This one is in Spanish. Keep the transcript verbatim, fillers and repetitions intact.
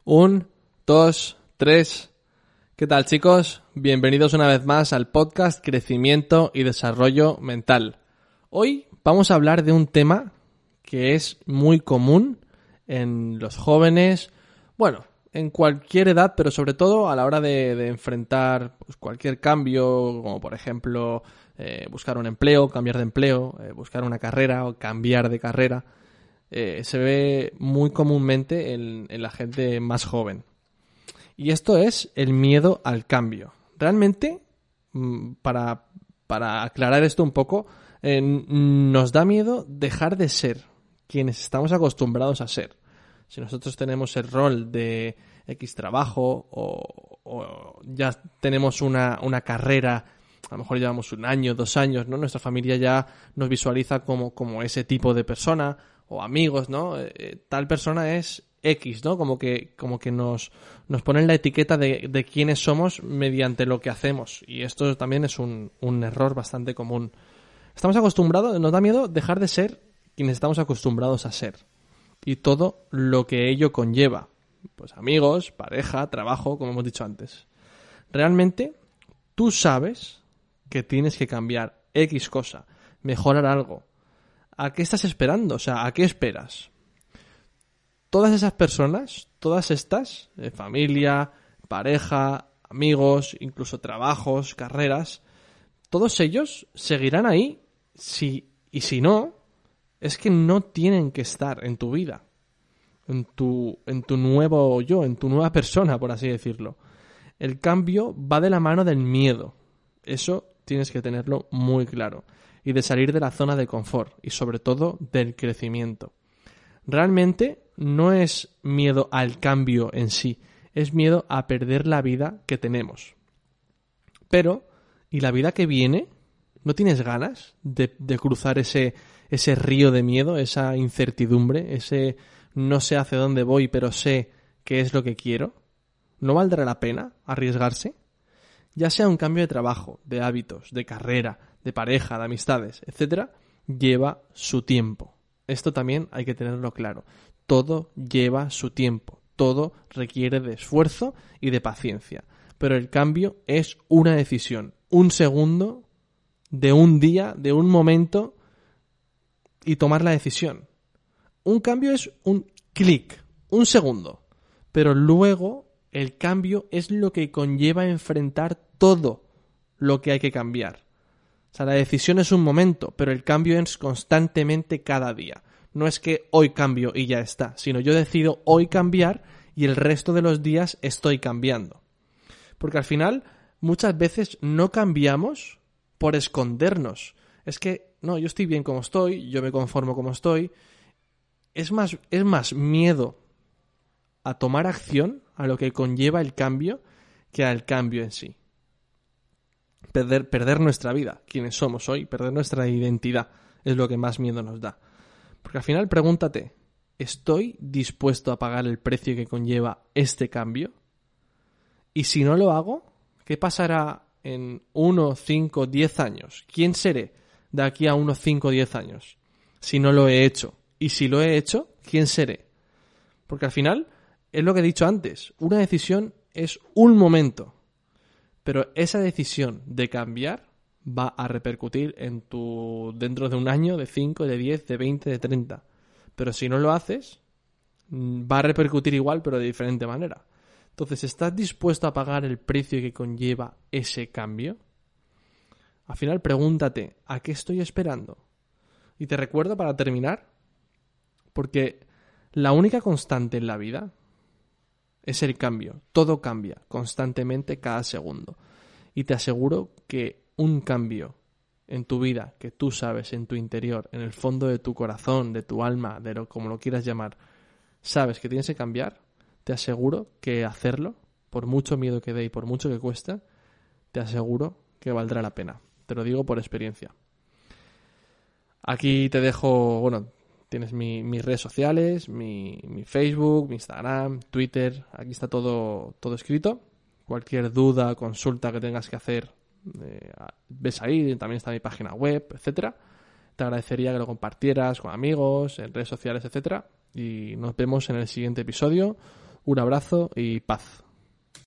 Un, dos, tres. ¿Qué tal, chicos? Bienvenidos una vez más al podcast Crecimiento y Desarrollo Mental. Hoy vamos a hablar de un tema que es muy común en los jóvenes, bueno, en cualquier edad, pero sobre todo a la hora de, de enfrentar pues, cualquier cambio, como por ejemplo eh, buscar un empleo, cambiar de empleo, eh, buscar una carrera o cambiar de carrera. Eh, se ve muy comúnmente en, en la gente más joven. Y esto es el miedo al cambio. Realmente, para, para aclarar esto un poco, eh, nos da miedo dejar de ser quienes estamos acostumbrados a ser. Si nosotros tenemos el rol de X trabajo o, o ya tenemos una, una carrera, a lo mejor llevamos un año, dos años, ¿no? Nuestra familia ya nos visualiza como, como ese tipo de persona o amigos, ¿no? Eh, tal persona es X, ¿no? Como que, como que nos, nos ponen la etiqueta de, de quiénes somos mediante lo que hacemos. Y esto también es un, un error bastante común. Estamos acostumbrados, nos da miedo dejar de ser quienes estamos acostumbrados a ser. Y todo lo que ello conlleva. Pues amigos, pareja, trabajo, como hemos dicho antes. Realmente, tú sabes que tienes que cambiar X cosa, mejorar algo. ¿A qué estás esperando? O sea, ¿a qué esperas? Todas esas personas, todas estas, eh, familia, pareja, amigos, incluso trabajos, carreras, todos ellos seguirán ahí si, y si no, es que no tienen que estar en tu vida, en tu, en tu nuevo yo, en tu nueva persona, por así decirlo. El cambio va de la mano del miedo. Eso tienes que tenerlo muy claro. Y de salir de la zona de confort y sobre todo del crecimiento. Realmente no es miedo al cambio en sí, es miedo a perder la vida que tenemos. Pero, ¿y la vida que viene? ¿No tienes ganas de, de cruzar ese, ese río de miedo, esa incertidumbre, ese no sé hacia dónde voy, pero sé qué es lo que quiero? ¿No valdrá la pena arriesgarse? Ya sea un cambio de trabajo, de hábitos, de carrera, de pareja, de amistades, etcétera, lleva su tiempo. Esto también hay que tenerlo claro. Todo lleva su tiempo. Todo requiere de esfuerzo y de paciencia. Pero el cambio es una decisión. Un segundo de un día, de un momento y tomar la decisión. Un cambio es un clic, un segundo. Pero luego el cambio es lo que conlleva enfrentar todo lo que hay que cambiar. O sea, la decisión es un momento, pero el cambio es constantemente cada día. No es que hoy cambio y ya está, sino yo decido hoy cambiar y el resto de los días estoy cambiando. Porque al final, muchas veces no cambiamos por escondernos. Es que, no, yo estoy bien como estoy, yo me conformo como estoy. Es más, es más miedo a tomar acción, a lo que conlleva el cambio, que al cambio en sí. Perder, perder nuestra vida, quienes somos hoy, perder nuestra identidad, es lo que más miedo nos da. Porque al final pregúntate, ¿estoy dispuesto a pagar el precio que conlleva este cambio? Y si no lo hago, ¿qué pasará en uno, cinco, diez años? ¿Quién seré de aquí a uno, cinco, diez años? Si no lo he hecho. Y si lo he hecho, ¿quién seré? Porque al final, es lo que he dicho antes, una decisión es un momento. Pero esa decisión de cambiar va a repercutir en tu dentro de un año, de cinco, de diez, de veinte, de treinta. Pero si no lo haces, va a repercutir igual, pero de diferente manera. Entonces, ¿estás dispuesto a pagar el precio que conlleva ese cambio? Al final, pregúntate, ¿a qué estoy esperando? Y te recuerdo para terminar, porque la única constante en la vida es el cambio. Todo cambia constantemente cada segundo. Y te aseguro que un cambio en tu vida, que tú sabes en tu interior, en el fondo de tu corazón, de tu alma, de lo como lo quieras llamar, sabes que tienes que cambiar, te aseguro que hacerlo, por mucho miedo que dé y por mucho que cueste, te aseguro que valdrá la pena. Te lo digo por experiencia. Aquí te dejo, bueno, tienes mi, mis redes sociales, mi, mi Facebook, mi Instagram, Twitter, aquí está todo, todo escrito. Cualquier duda, consulta que tengas que hacer, eh, ves ahí, también está mi página web, etcétera. Te agradecería que lo compartieras con amigos, en redes sociales, etcétera. Y nos vemos en el siguiente episodio. Un abrazo y paz.